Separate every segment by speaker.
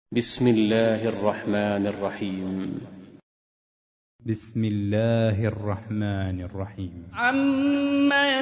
Speaker 1: بسم الله الرحمن الرحيم.
Speaker 2: بسم الله الرحمن الرحيم.
Speaker 3: عما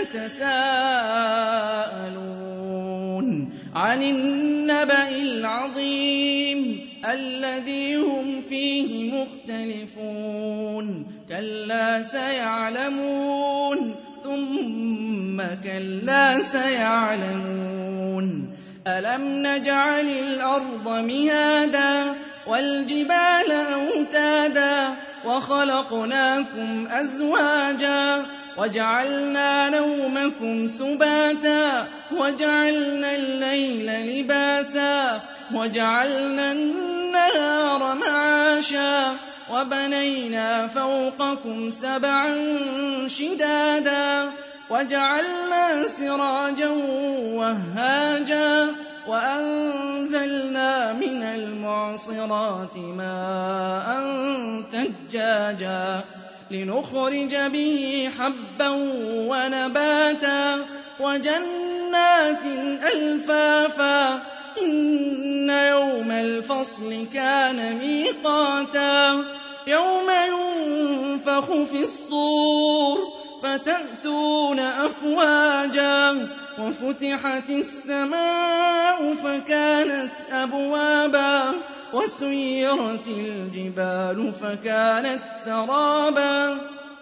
Speaker 3: يتساءلون عن النبأ العظيم الذي هم فيه مختلفون كلا سيعلمون ثم كلا سيعلمون ألم نجعل الأرض مهادا والجبال أوتادا وخلقناكم أزواجا وجعلنا نومكم سباتا وجعلنا الليل لباسا وجعلنا النهار معاشا وبنينا فوقكم سبعا شدادا وجعلنا سراجا وهاجا وأنزلنا من المعصرات ماء ثجاجا لنخرج به حبا ونباتا وجنات ألفافا إن يوم الفصل كان ميقاتا يوم ينفخ في الصور فتأتون أفواجا وفتحت السماء فكانت أبوابا وسيرت الجبال فكانت سرابا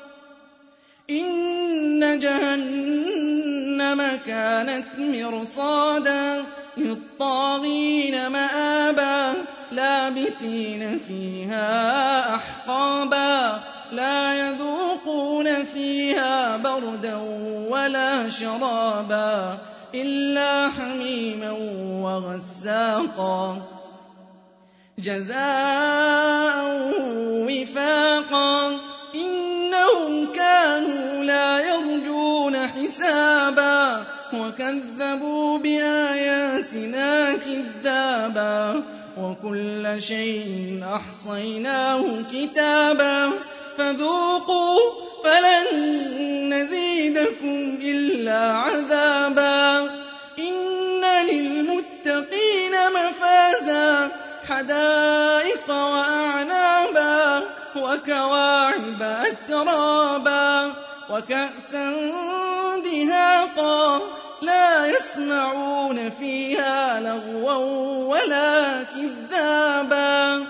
Speaker 3: إن جهنم كانت مرصادا للطاغين مآبا لابثين فيها أحقابا لا يذوقون فيها بردا ولا شرابا إلا حميما وغساقا جزاء وفاقا إنهم كانوا لا يرجون حسابا وكذبوا بآياتنا كذابا وكل شيء أحصيناه كتابا فذوقوا فلن نزيدكم إلا عذابا إن للمتقين مفازا حدائق وأعنابا وكواعب أترابا وكأسا دهاقا لا يسمعون فيها لغوا ولا كذابا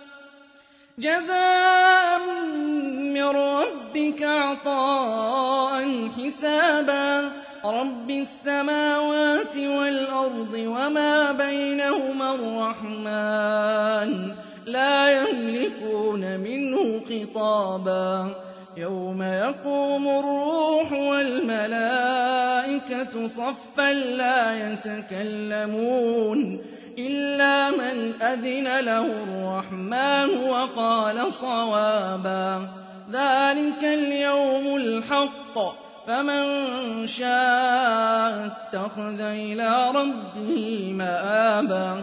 Speaker 3: جزاء من ربك عطاء حسابا رب السماوات والأرض وما بينهما الرحمن لا يملكون منه خطابا يوم يقوم الروح والملائكة صفا لا يتكلمون إلا من أذن له الرحمن وقال صوابا ذلك اليوم الحق فمن شاء اتخذ إلى ربه مآبا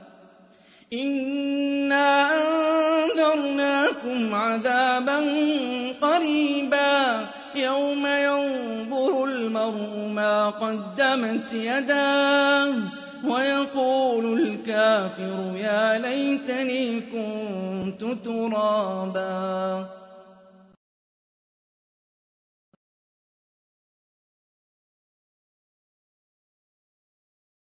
Speaker 3: إنا أنذرناكم عذابا قريبا يوم ينظر المرء ما قدمت يداه ويقول الكافر يا ليتني كنت ترابا